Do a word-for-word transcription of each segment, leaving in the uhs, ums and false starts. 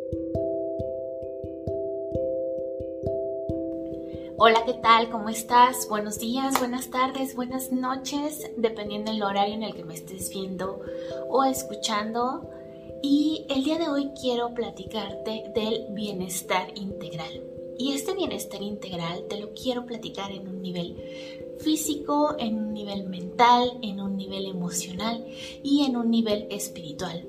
Hola, ¿qué tal? ¿Cómo estás? Buenos días, buenas tardes, buenas noches, dependiendo del horario en el que me estés viendo o escuchando. Y el día de hoy quiero platicarte del bienestar integral. Y este bienestar integral te lo quiero platicar en un nivel físico, en un nivel mental, en un nivel emocional y en un nivel espiritual.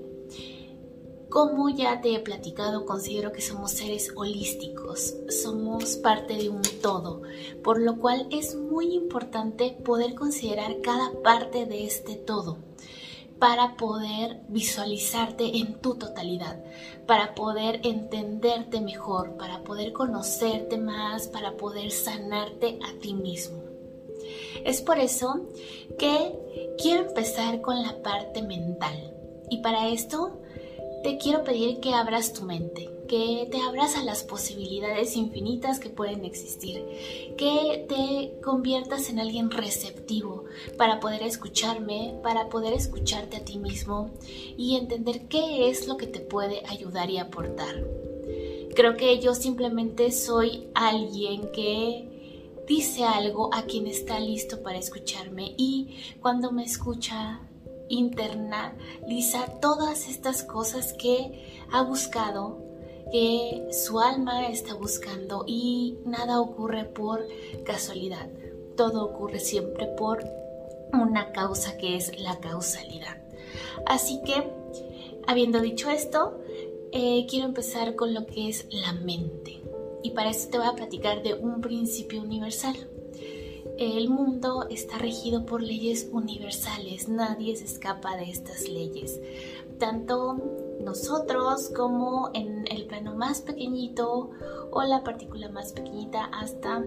Como ya te he platicado, considero que somos seres holísticos, somos parte de un todo, por lo cual es muy importante poder considerar cada parte de este todo para poder visualizarte en tu totalidad, para poder entenderte mejor, para poder conocerte más, para poder sanarte a ti mismo. Es por eso que quiero empezar con la parte mental y para esto te quiero pedir que abras tu mente, que te abras a las posibilidades infinitas que pueden existir, que te conviertas en alguien receptivo para poder escucharme, para poder escucharte a ti mismo y entender qué es lo que te puede ayudar y aportar. Creo que yo simplemente soy alguien que dice algo a quien está listo para escucharme y cuando me escucha, internaliza todas estas cosas que ha buscado, que su alma está buscando y nada ocurre por casualidad, todo ocurre siempre por una causa que es la causalidad. Así que, habiendo dicho esto, eh, quiero empezar con lo que es la mente y para eso te voy a platicar de un principio universal. El mundo está regido por leyes universales, nadie se escapa de estas leyes. Tanto nosotros como en el plano más pequeñito o la partícula más pequeñita hasta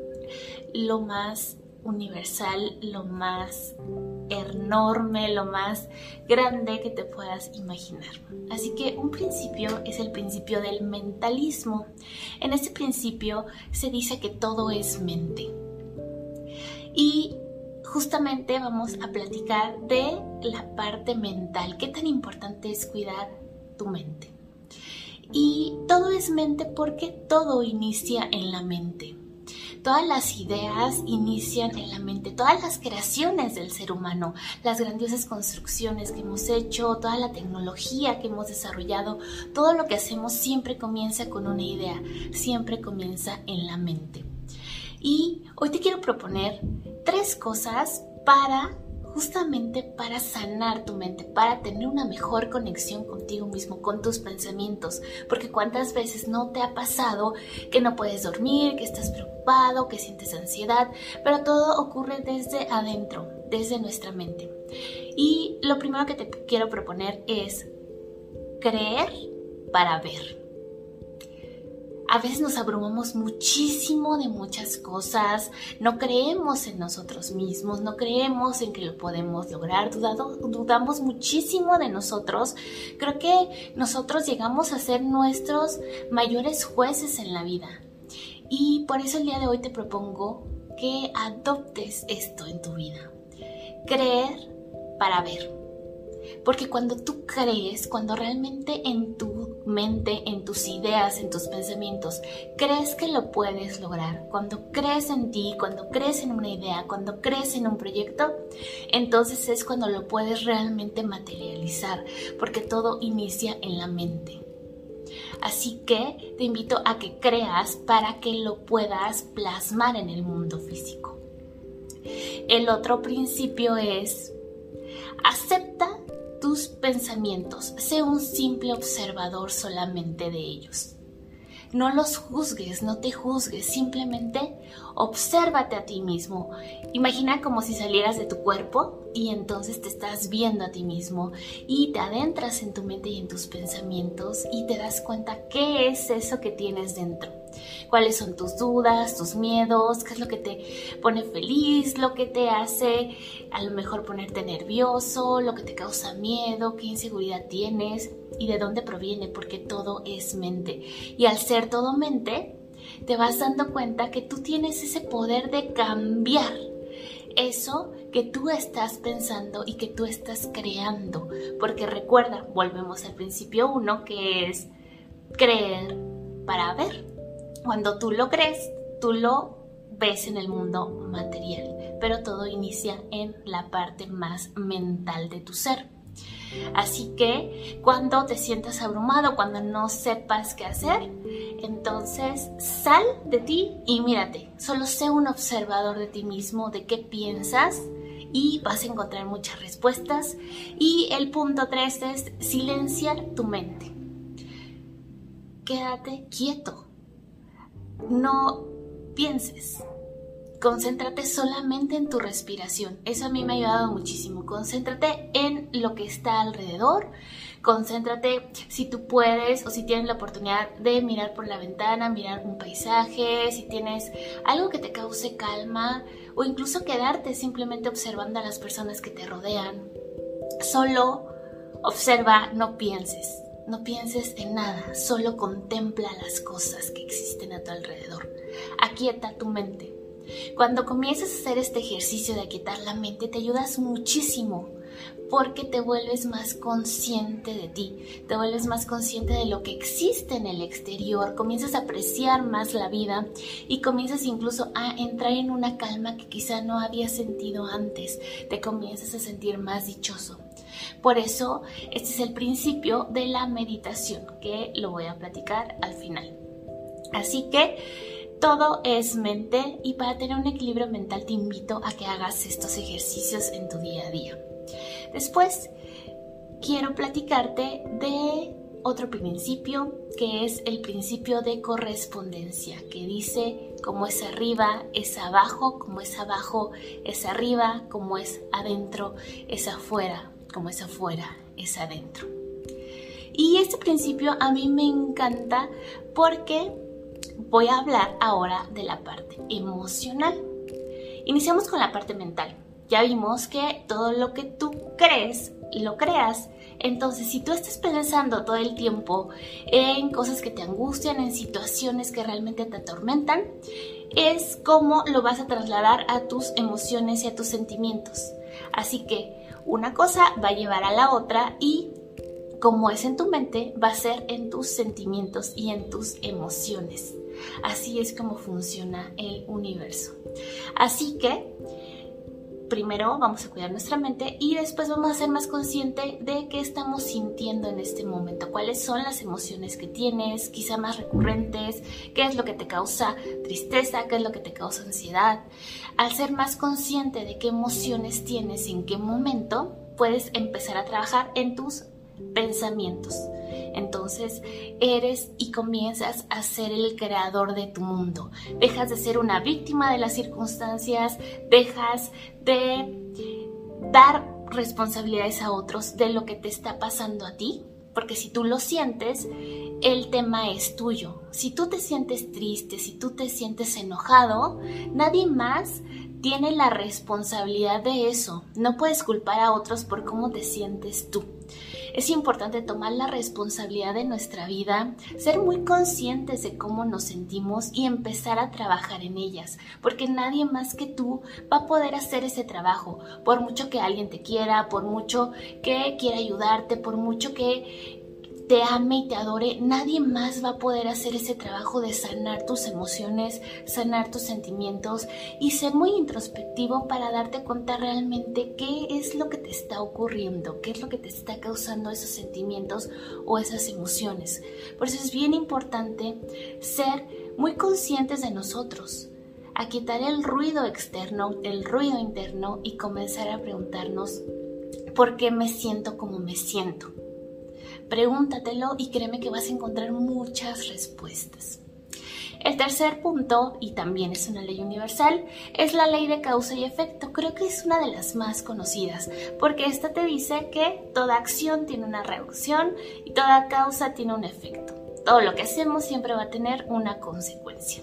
lo más universal, lo más enorme, lo más grande que te puedas imaginar. Así que un principio es el principio del mentalismo. En este principio se dice que todo es mente. Y justamente vamos a platicar de la parte mental. ¿Qué tan importante es cuidar tu mente? Y todo es mente porque todo inicia en la mente. Todas las ideas inician en la mente, todas las creaciones del ser humano, las grandiosas construcciones que hemos hecho, toda la tecnología que hemos desarrollado, todo lo que hacemos siempre comienza con una idea, siempre comienza en la mente. Y hoy te quiero proponer tres cosas para, justamente para sanar tu mente, para tener una mejor conexión contigo mismo, con tus pensamientos. Porque cuántas veces no te ha pasado que no puedes dormir, que estás preocupado, que sientes ansiedad, pero todo ocurre desde adentro, desde nuestra mente. Y lo primero que te quiero proponer es creer para ver. A veces nos abrumamos muchísimo de muchas cosas, no creemos en nosotros mismos, no creemos en que lo podemos lograr, dudado, dudamos muchísimo de nosotros. Creo que nosotros llegamos a ser nuestros mayores jueces en la vida. Y por eso el día de hoy te propongo que adoptes esto en tu vida. Creer para ver. Porque cuando tú crees, cuando realmente en tu mente, en tus ideas, en tus pensamientos, crees que lo puedes lograr, cuando crees en ti, cuando crees en una idea, cuando crees en un proyecto, entonces es cuando lo puedes realmente materializar, porque todo inicia en la mente. Así que te invito a que creas para que lo puedas plasmar en el mundo físico. El otro principio es: acepta tus pensamientos, sé un simple observador solamente de ellos. No los juzgues, no te juzgues, simplemente obsérvate a ti mismo. Imagina como si salieras de tu cuerpo y entonces te estás viendo a ti mismo y te adentras en tu mente y en tus pensamientos y te das cuenta qué es eso que tienes dentro. Cuáles son tus dudas, tus miedos, qué es lo que te pone feliz, lo que te hace a lo mejor ponerte nervioso, lo que te causa miedo, qué inseguridad tienes y de dónde proviene, porque todo es mente. Y al ser todo mente, te vas dando cuenta que tú tienes ese poder de cambiar eso que tú estás pensando y que tú estás creando. Porque recuerda, volvemos al principio uno, que es creer para ver. Cuando tú lo crees, tú lo ves en el mundo material, pero todo inicia en la parte más mental de tu ser. Así que cuando te sientas abrumado, cuando no sepas qué hacer, entonces sal de ti y mírate. Solo sé un observador de ti mismo, de qué piensas, y vas a encontrar muchas respuestas. Y el punto tres es silenciar tu mente. Quédate quieto. No pienses. Concéntrate solamente en tu respiración. Eso a mí me ha ayudado muchísimo. Concéntrate en lo que está alrededor. Concéntrate, si tú puedes o si tienes la oportunidad de mirar por la ventana, mirar un paisaje, si tienes algo que te cause calma o incluso quedarte simplemente observando a las personas que te rodean. Solo observa, no pienses. No pienses en nada, solo contempla las cosas que existen a tu alrededor. Aquieta tu mente. Cuando comienzas a hacer este ejercicio de aquietar la mente, te ayudas muchísimo porque te vuelves más consciente de ti, te vuelves más consciente de lo que existe en el exterior, comienzas a apreciar más la vida y comienzas incluso a entrar en una calma que quizá no habías sentido antes, te comienzas a sentir más dichoso. Por eso, este es el principio de la meditación, que lo voy a platicar al final. Así que todo es mente y para tener un equilibrio mental te invito a que hagas estos ejercicios en tu día a día. Después, quiero platicarte de otro principio, que es el principio de correspondencia, que dice como es arriba es abajo, como es abajo es arriba, como es adentro es afuera, como es afuera es adentro. Y este principio a mí me encanta porque voy a hablar ahora de la parte emocional. Iniciamos con la parte mental. Ya vimos que todo lo que tú crees, lo creas. Entonces, si tú estás pensando todo el tiempo en cosas que te angustian, en situaciones que realmente te atormentan, es como lo vas a trasladar a tus emociones y a tus sentimientos. Así que una cosa va a llevar a la otra y como es en tu mente, va a ser en tus sentimientos y en tus emociones. Así es como funciona el universo. Así que primero vamos a cuidar nuestra mente y después vamos a ser más conscientes de qué estamos sintiendo en este momento, cuáles son las emociones que tienes, quizá más recurrentes, qué es lo que te causa tristeza, qué es lo que te causa ansiedad. Al ser más consciente de qué emociones tienes y en qué momento, puedes empezar a trabajar en tus pensamientos. Entonces eres y comienzas a ser el creador de tu mundo. Dejas de ser una víctima de las circunstancias, dejas de dar responsabilidades a otros de lo que te está pasando a ti, porque si tú lo sientes, el tema es tuyo. Si tú te sientes triste, si tú te sientes enojado, nadie más tiene la responsabilidad de eso. No puedes culpar a otros por cómo te sientes tú. Es importante tomar la responsabilidad de nuestra vida, ser muy conscientes de cómo nos sentimos y empezar a trabajar en ellas, porque nadie más que tú va a poder hacer ese trabajo, por mucho que alguien te quiera, por mucho que quiera ayudarte, por mucho que te ame y te adore, nadie más va a poder hacer ese trabajo de sanar tus emociones, sanar tus sentimientos y ser muy introspectivo para darte cuenta realmente qué es lo que te está ocurriendo, qué es lo que te está causando esos sentimientos o esas emociones. Por eso es bien importante ser muy conscientes de nosotros, a quitar el ruido externo, el ruido interno y comenzar a preguntarnos ¿por qué me siento como me siento? Pregúntatelo y créeme que vas a encontrar muchas respuestas. El tercer punto, y también es una ley universal, es la ley de causa y efecto. Creo que es una de las más conocidas, porque esta te dice que toda acción tiene una reacción y toda causa tiene un efecto. Todo lo que hacemos siempre va a tener una consecuencia.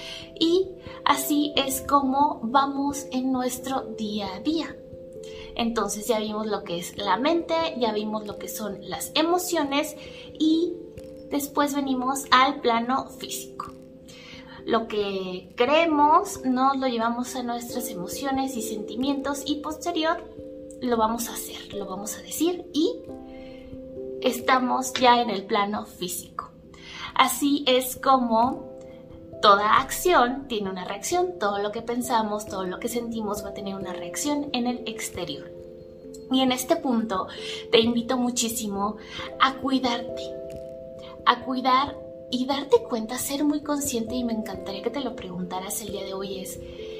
Y así es como vamos en nuestro día a día. Entonces ya vimos lo que es la mente, ya vimos lo que son las emociones y después venimos al plano físico. Lo que creemos nos lo llevamos a nuestras emociones y sentimientos y posterior lo vamos a hacer, lo vamos a decir y estamos ya en el plano físico. Así es como toda acción tiene una reacción, todo lo que pensamos, todo lo que sentimos va a tener una reacción en el exterior. Y en este punto te invito muchísimo a cuidarte, a cuidar y darte cuenta, ser muy consciente, y me encantaría que te lo preguntaras el día de hoy, es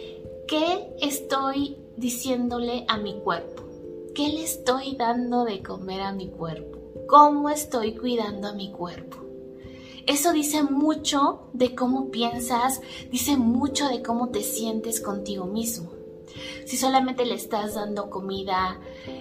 ¿qué estoy diciéndole a mi cuerpo? ¿Qué le estoy dando de comer a mi cuerpo? ¿Cómo estoy cuidando a mi cuerpo? Eso dice mucho de cómo piensas, dice mucho de cómo te sientes contigo mismo. Si solamente le estás dando comida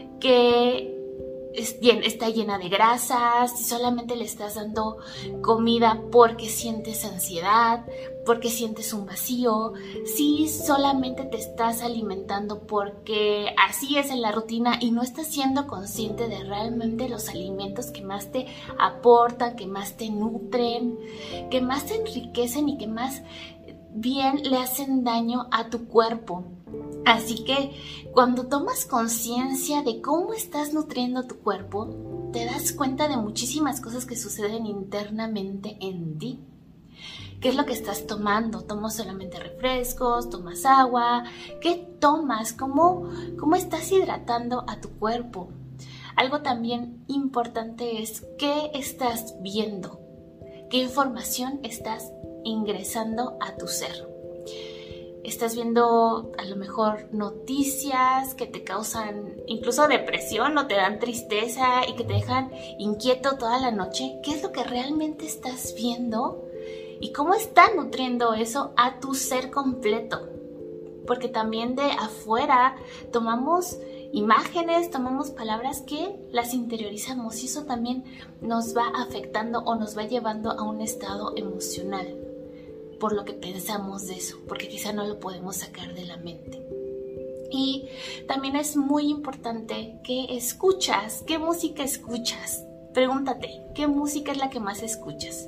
que es bien, está llena de grasas, si solamente le estás dando comida porque sientes ansiedad, porque sientes un vacío, si solamente te estás alimentando porque así es en la rutina y no estás siendo consciente de realmente los alimentos que más te aportan, que más te nutren, que más te enriquecen y que más bien le hacen daño a tu cuerpo. Así que cuando tomas conciencia de cómo estás nutriendo tu cuerpo, te das cuenta de muchísimas cosas que suceden internamente en ti. ¿Qué es lo que estás tomando? ¿Tomas solamente refrescos? ¿Tomas agua? ¿Qué tomas? ¿Cómo, cómo estás hidratando a tu cuerpo? Algo también importante es qué estás viendo, qué información estás ingresando a tu ser. Estás viendo a lo mejor noticias que te causan incluso depresión o te dan tristeza y que te dejan inquieto toda la noche. ¿Qué es lo que realmente estás viendo? ¿Y cómo está nutriendo eso a tu ser completo? Porque también de afuera tomamos imágenes, tomamos palabras que las interiorizamos y eso también nos va afectando o nos va llevando a un estado emocional. Por lo que pensamos de eso, porque quizá no lo podemos sacar de la mente. Y también es muy importante que escuchas, ¿qué música escuchas? Pregúntate, ¿qué música es la que más escuchas?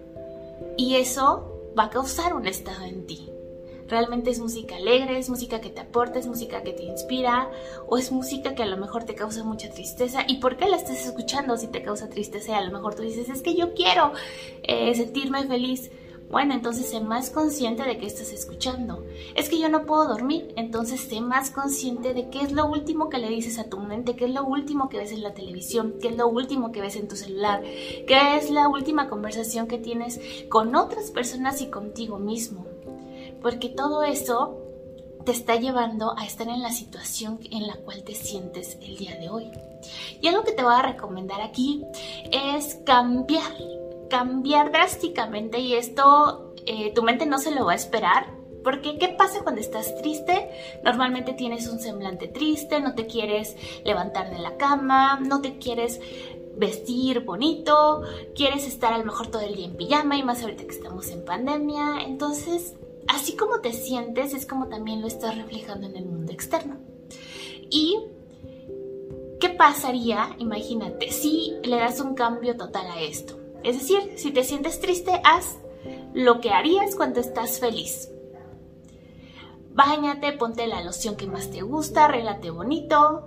Y eso va a causar un estado en ti. ¿Realmente es música alegre, es música que te aporta, es música que te inspira o es música que a lo mejor te causa mucha tristeza? ¿Y por qué la estás escuchando si te causa tristeza? Y a lo mejor tú dices, es que yo quiero eh, sentirme feliz. Bueno, entonces sé más consciente de qué estás escuchando. Es que yo no puedo dormir, entonces sé más consciente de qué es lo último que le dices a tu mente, qué es lo último que ves en la televisión, qué es lo último que ves en tu celular, qué es la última conversación que tienes con otras personas y contigo mismo. Porque todo eso te está llevando a estar en la situación en la cual te sientes el día de hoy. Y algo que te voy a recomendar aquí es cambiar. Cambiar drásticamente, y esto eh, tu mente no se lo va a esperar, porque ¿qué pasa cuando estás triste? Normalmente tienes un semblante triste, no te quieres levantar de la cama, no te quieres vestir bonito, quieres estar a lo mejor todo el día en pijama, y más ahorita que estamos en pandemia. Entonces, así como te sientes es como también lo estás reflejando en el mundo externo. Y ¿qué pasaría? Imagínate, si le das un cambio total a esto. Es decir, si te sientes triste, haz lo que harías cuando estás feliz. Báñate, ponte la loción que más te gusta, arréglate bonito,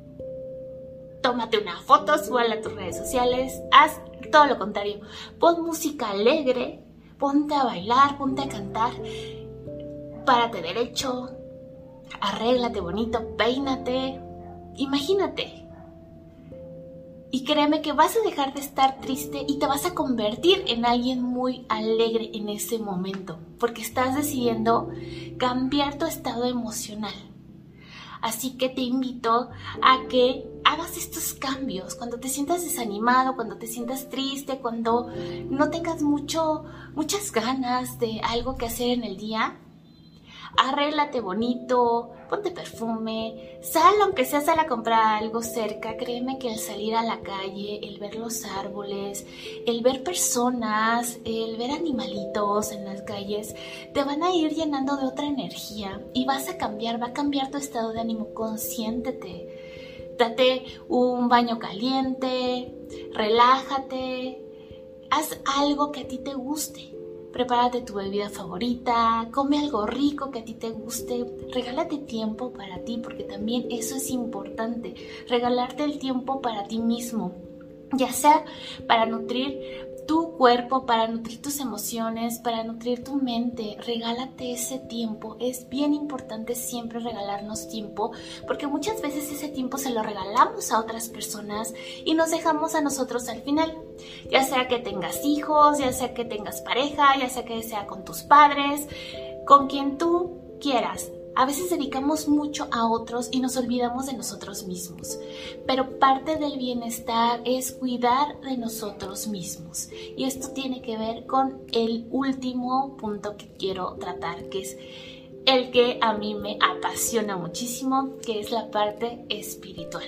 tómate una foto, súbala a tus redes sociales, haz todo lo contrario. Pon música alegre, ponte a bailar, ponte a cantar, párate derecho, arréglate bonito, peínate, imagínate. Y créeme que vas a dejar de estar triste y te vas a convertir en alguien muy alegre en ese momento, porque estás decidiendo cambiar tu estado emocional. Así que te invito a que hagas estos cambios cuando te sientas desanimado, cuando te sientas triste, cuando no tengas mucho, muchas ganas de algo que hacer en el día. Arréglate bonito, ponte perfume, sal aunque sea sal a comprar algo cerca. Créeme que el salir a la calle, el ver los árboles, el ver personas, el ver animalitos en las calles, te van a ir llenando de otra energía y vas a cambiar, va a cambiar tu estado de ánimo. Consiéntete, date un baño caliente, relájate, haz algo que a ti te guste. Prepárate tu bebida favorita, come algo rico que a ti te guste, regálate tiempo para ti, porque también eso es importante, regalarte el tiempo para ti mismo, ya sea para nutrir tu cuerpo, para nutrir tus emociones, para nutrir tu mente. Regálate ese tiempo. Es bien importante siempre regalarnos tiempo, porque muchas veces ese tiempo se lo regalamos a otras personas y nos dejamos a nosotros al final. Ya sea que tengas hijos, ya sea que tengas pareja, ya sea que sea con tus padres, con quien tú quieras. A veces dedicamos mucho a otros y nos olvidamos de nosotros mismos. Pero parte del bienestar es cuidar de nosotros mismos. Y esto tiene que ver con el último punto que quiero tratar, que es el que a mí me apasiona muchísimo, que es la parte espiritual.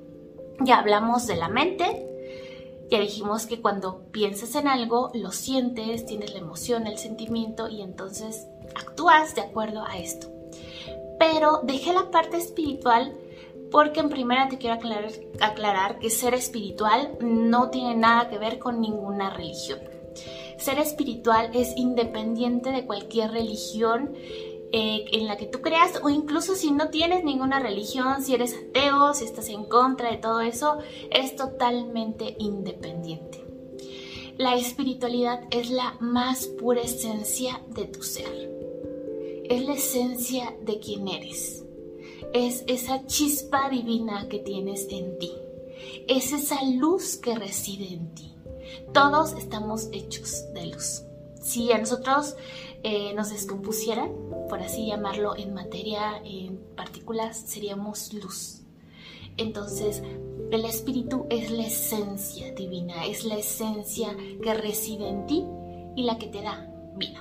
Ya hablamos de la mente. Ya dijimos que cuando piensas en algo, lo sientes, tienes la emoción, el sentimiento y entonces actúas de acuerdo a esto. Pero dejé la parte espiritual porque en primera te quiero aclarar, aclarar que ser espiritual no tiene nada que ver con ninguna religión. Ser espiritual es independiente de cualquier religión eh, en la que tú creas, o incluso si no tienes ninguna religión, si eres ateo, si estás en contra de todo eso, es totalmente independiente. La espiritualidad es la más pura esencia de tu ser. Es la esencia de quién eres. Es esa chispa divina que tienes en ti. Es esa luz que reside en ti. Todos estamos hechos de luz. Si a nosotros eh, nos descompusieran, por así llamarlo, en materia, en partículas, seríamos luz. Entonces, el espíritu es la esencia divina, es la esencia que reside en ti y la que te da vida.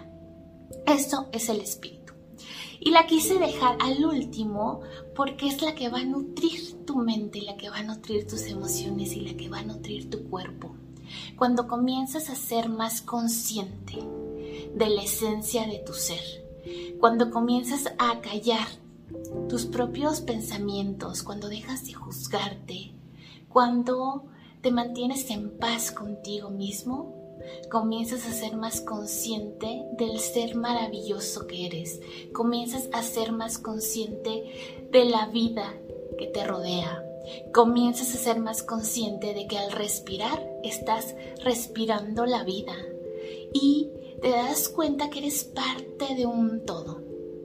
Eso es el espíritu. Y la quise dejar al último porque es la que va a nutrir tu mente, la que va a nutrir tus emociones y la que va a nutrir tu cuerpo. Cuando comienzas a ser más consciente de la esencia de tu ser, cuando comienzas a callar tus propios pensamientos, cuando dejas de juzgarte, cuando te mantienes en paz contigo mismo, comienzas a ser más consciente del ser maravilloso que eres. Comienzas a ser más consciente de la vida que te rodea. Comienzas a ser más consciente de que al respirar estás respirando la vida y te das cuenta que eres parte de un todo.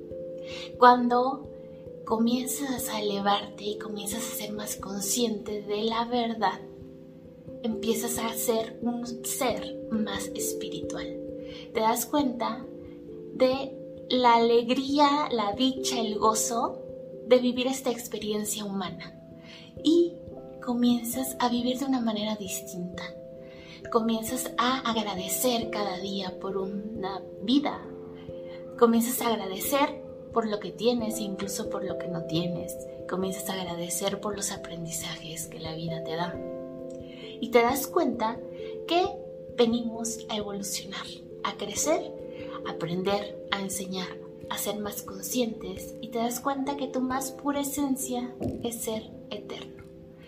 Cuando comienzas a elevarte y comienzas a ser más consciente de la verdad, empiezas a ser un ser más espiritual. Te das cuenta de la alegría, la dicha, el gozo de vivir esta experiencia humana y comienzas a vivir de una manera distinta. Comienzas a agradecer cada día por una vida. Comienzas a agradecer por lo que tienes e incluso por lo que no tienes. Comienzas a agradecer por los aprendizajes que la vida te da. Y te das cuenta que venimos a evolucionar, a crecer, a aprender, a enseñar, a ser más conscientes. Y te das cuenta que tu más pura esencia es ser eterno.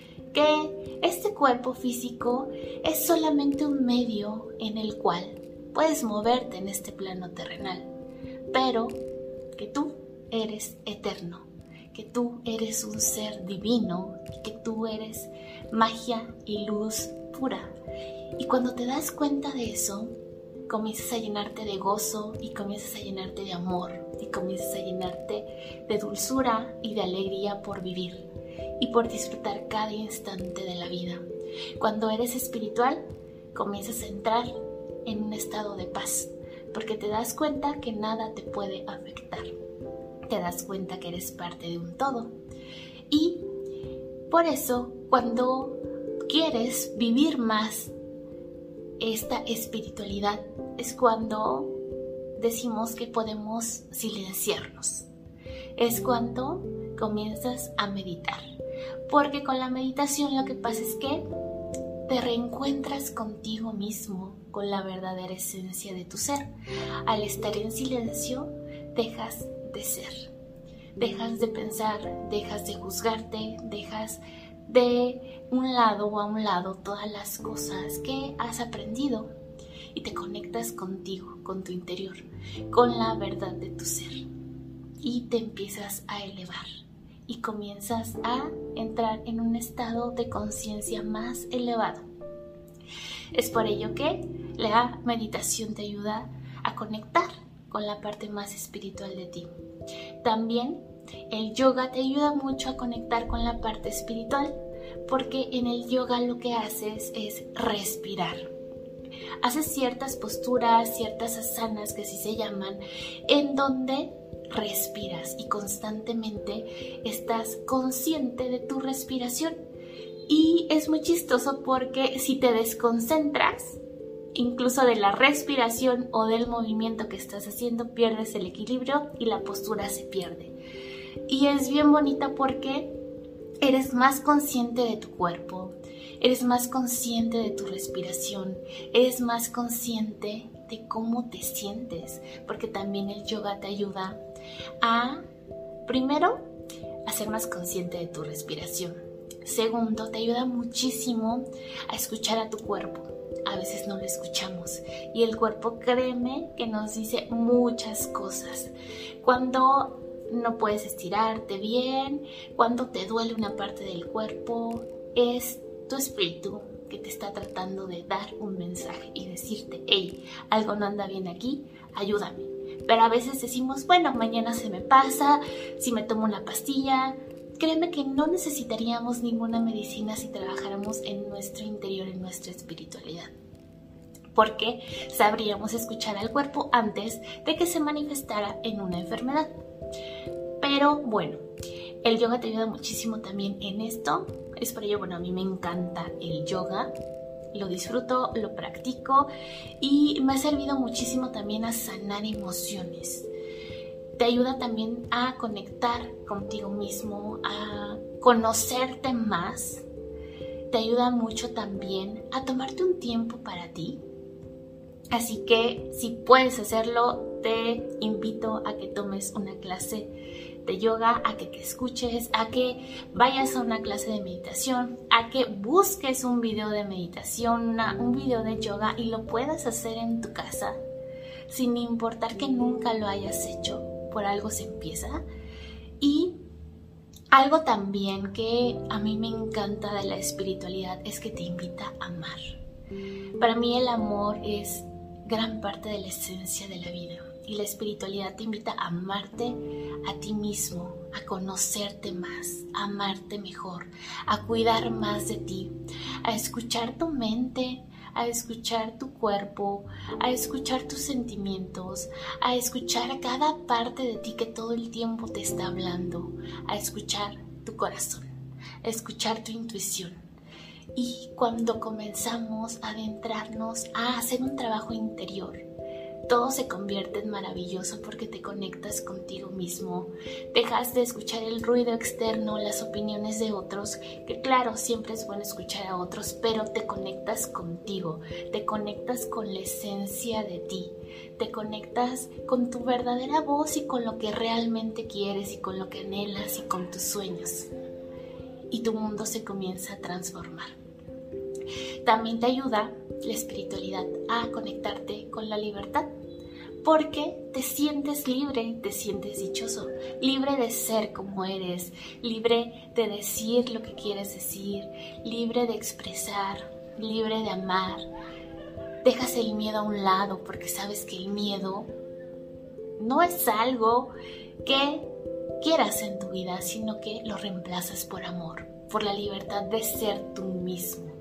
Que este cuerpo físico es solamente un medio en el cual puedes moverte en este plano terrenal. Pero que tú eres eterno, que tú eres un ser divino y que tú eres magia y luz pura. Y cuando te das cuenta de eso, comienzas a llenarte de gozo y comienzas a llenarte de amor y comienzas a llenarte de dulzura y de alegría por vivir y por disfrutar cada instante de la vida. Cuando eres espiritual, comienzas a entrar en un estado de paz porque te das cuenta que nada te puede afectar. Te das cuenta que eres parte de un todo. Y por eso, cuando quieres vivir más esta espiritualidad, es cuando decimos que podemos silenciarnos. Es cuando comienzas a meditar. Porque con la meditación lo que pasa es que te reencuentras contigo mismo, con la verdadera esencia de tu ser. Al estar en silencio, dejas de ser. Dejas de pensar, dejas de juzgarte, dejas de un lado o a un lado todas las cosas que has aprendido y te conectas contigo, con tu interior, con la verdad de tu ser y te empiezas a elevar y comienzas a entrar en un estado de conciencia más elevado. Es por ello que la meditación te ayuda a conectar con la parte más espiritual de ti. También el yoga te ayuda mucho a conectar con la parte espiritual, porque en el yoga lo que haces es respirar. Haces ciertas posturas, ciertas asanas que así se llaman, en donde respiras y constantemente estás consciente de tu respiración. Y es muy chistoso porque si te desconcentras, incluso de la respiración o del movimiento que estás haciendo, pierdes el equilibrio y la postura se pierde. Y es bien bonita porque eres más consciente de tu cuerpo, eres más consciente de tu respiración, eres más consciente de cómo te sientes, porque también el yoga te ayuda a, primero, a ser más consciente de tu respiración. Segundo, te ayuda muchísimo a escuchar a tu cuerpo. A veces no lo escuchamos y el cuerpo, créeme, que nos dice muchas cosas. Cuando no puedes estirarte bien, cuando te duele una parte del cuerpo, es tu espíritu que te está tratando de dar un mensaje y decirte, hey, algo no anda bien aquí, ayúdame. Pero a veces decimos, bueno, mañana se me pasa, si me tomo una pastilla. Créeme que no necesitaríamos ninguna medicina si trabajáramos en nuestro interior, en nuestra espiritualidad, porque sabríamos escuchar al cuerpo antes de que se manifestara en una enfermedad. Pero bueno, el yoga te ayuda muchísimo también en esto. Es por ello, bueno, a mí me encanta el yoga, lo disfruto, lo practico y me ha servido muchísimo también a sanar emociones. Te ayuda también a conectar contigo mismo, a conocerte más. Te ayuda mucho también a tomarte un tiempo para ti. Así que si puedes hacerlo, te invito a que tomes una clase de yoga, a que te escuches, a que vayas a una clase de meditación, a que busques un video de meditación, una, un video de yoga y lo puedas hacer en tu casa, sin importar que nunca lo hayas hecho. Por algo se empieza. Y algo también que a mí me encanta de la espiritualidad es que te invita a amar. Para mí el amor es gran parte de la esencia de la vida y la espiritualidad te invita a amarte a ti mismo, a conocerte más, a amarte mejor, a cuidar más de ti, a escuchar tu mente, a escuchar tu cuerpo, a escuchar tus sentimientos, a escuchar cada parte de ti que todo el tiempo te está hablando, a escuchar tu corazón, a escuchar tu intuición. Y cuando comenzamos a adentrarnos a hacer un trabajo interior, todo se convierte en maravilloso porque te conectas contigo mismo, dejas de escuchar el ruido externo, las opiniones de otros, que claro, siempre es bueno escuchar a otros, pero te conectas contigo, te conectas con la esencia de ti, te conectas con tu verdadera voz y con lo que realmente quieres y con lo que anhelas y con tus sueños. Y tu mundo se comienza a transformar. También te ayuda la espiritualidad a conectarte con la libertad, porque te sientes libre, te sientes dichoso, libre de ser como eres, libre de decir lo que quieres decir, libre de expresar, libre de amar. Dejas el miedo a un lado porque sabes que el miedo no es algo que quieras en tu vida, sino que lo reemplazas por amor, por la libertad de ser tú mismo.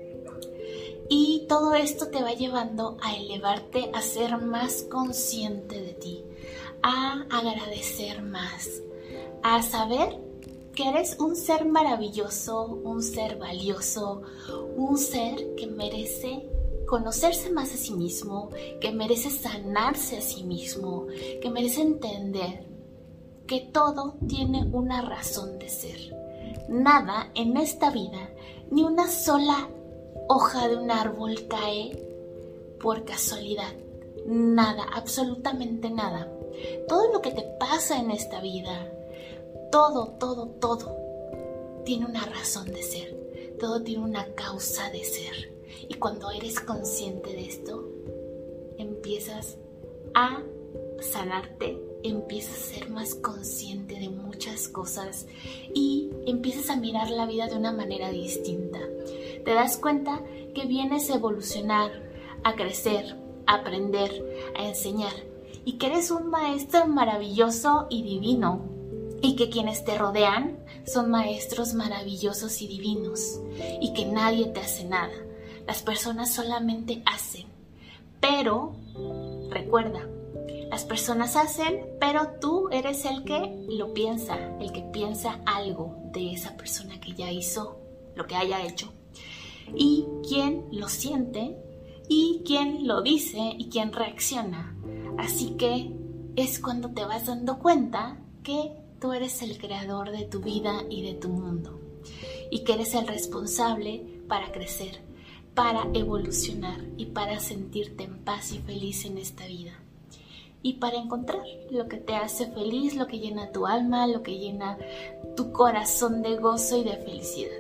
Y todo esto te va llevando a elevarte, a ser más consciente de ti, a agradecer más, a saber que eres un ser maravilloso, un ser valioso, un ser que merece conocerse más a sí mismo, que merece sanarse a sí mismo, que merece entender que todo tiene una razón de ser. Nada en esta vida, ni una sola hoja de un árbol cae por casualidad. Nada, absolutamente nada. Todo lo que te pasa en esta vida, todo, todo, todo, tiene una razón de ser. Todo tiene una causa de ser. Y cuando eres consciente de esto, empiezas a sanarte, empiezas a ser más consciente de muchas cosas y empiezas a mirar la vida de una manera distinta. Te das cuenta que vienes a evolucionar, a crecer, a aprender, a enseñar, y que eres un maestro maravilloso y divino, y que quienes te rodean son maestros maravillosos y divinos, y que nadie te hace nada. Las personas solamente hacen, pero recuerda, las personas hacen, pero tú eres el que lo piensa, el que piensa algo de esa persona que ya hizo lo que haya hecho, y quien lo siente, y quien lo dice, y quien reacciona. Así que es cuando te vas dando cuenta que tú eres el creador de tu vida y de tu mundo, y que eres el responsable para crecer, para evolucionar y para sentirte en paz y feliz en esta vida. Y para encontrar lo que te hace feliz, lo que llena tu alma, lo que llena tu corazón de gozo y de felicidad.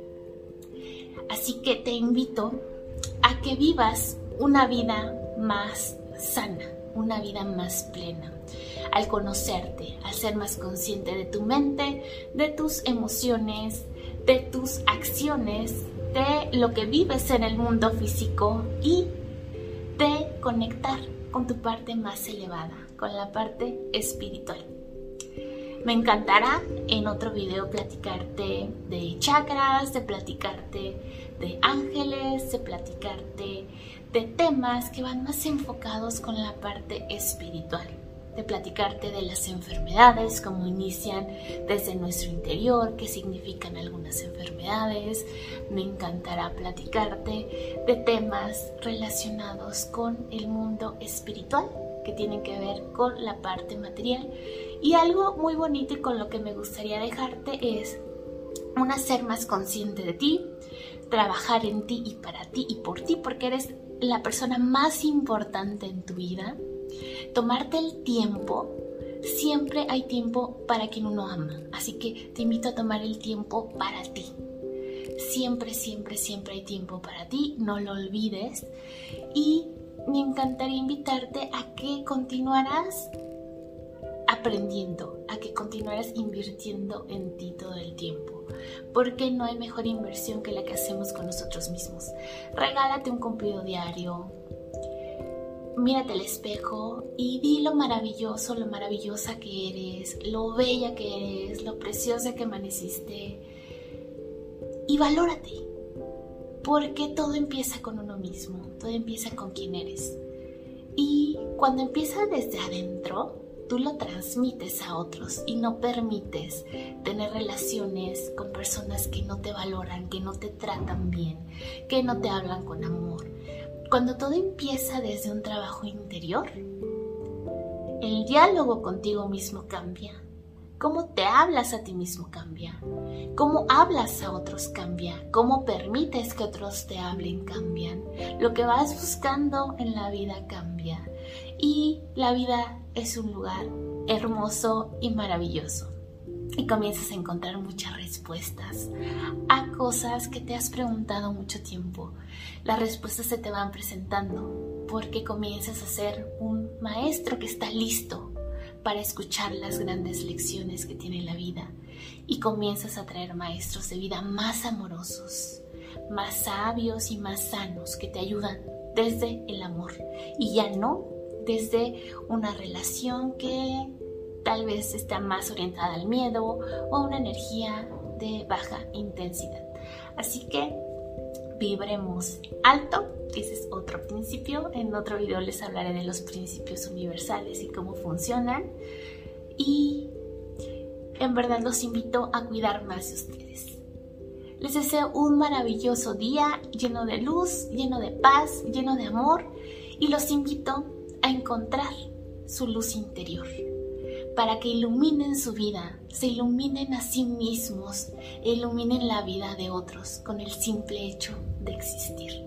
Así que te invito a que vivas una vida más sana, una vida más plena, al conocerte, al ser más consciente de tu mente, de tus emociones, de tus acciones, de lo que vives en el mundo físico y de conectar con tu parte más elevada, con la parte espiritual. Me encantará en otro video platicarte de chakras, de platicarte de ángeles, de platicarte de temas que van más enfocados con la parte espiritual, de platicarte de las enfermedades, cómo inician desde nuestro interior, qué significan algunas enfermedades. Me encantará platicarte de temas relacionados con el mundo espiritual, que tienen que ver con la parte material. Y algo muy bonito y con lo que me gustaría dejarte es un ser más consciente de ti, trabajar en ti y para ti y por ti, porque eres la persona más importante en tu vida. Tomarte el tiempo, siempre hay tiempo para quien uno ama, así que te invito a tomar el tiempo para ti. Siempre, siempre, siempre hay tiempo para ti, no lo olvides. Y me encantaría invitarte a que continuaras aprendiendo, a que continuaras invirtiendo en ti todo el tiempo, porque no hay mejor inversión que la que hacemos con nosotros mismos. Regálate un cumplido diario, mírate al espejo y di lo maravilloso, lo maravillosa que eres, lo bella que eres, lo preciosa que amaneciste, y valórate, porque todo empieza con uno mismo, todo empieza con quién eres. Y cuando empieza desde adentro, tú lo transmites a otros y no permites tener relaciones con personas que no te valoran, que no te tratan bien, que no te hablan con amor. Cuando todo empieza desde un trabajo interior, el diálogo contigo mismo cambia. Cómo te hablas a ti mismo cambia. Cómo hablas a otros cambia. Cómo permites que otros te hablen cambian. Lo que vas buscando en la vida cambia. Y la vida es un lugar hermoso y maravilloso. Y comienzas a encontrar muchas respuestas a cosas que te has preguntado mucho tiempo. Las respuestas se te van presentando porque comienzas a ser un maestro que está listo para escuchar las grandes lecciones que tiene la vida, y comienzas a traer maestros de vida más amorosos, más sabios y más sanos, que te ayudan desde el amor y ya no desde una relación que tal vez está más orientada al miedo o a una energía de baja intensidad. Así que vibremos alto. Ese es otro principio. En otro video les hablaré de los principios universales y cómo funcionan. Y en verdad los invito a cuidar más de ustedes. Les deseo un maravilloso día lleno de luz, lleno de paz, lleno de amor. Y los invito a encontrar su luz interior para que iluminen su vida, se iluminen a sí mismos e iluminen la vida de otros con el simple hecho de existir.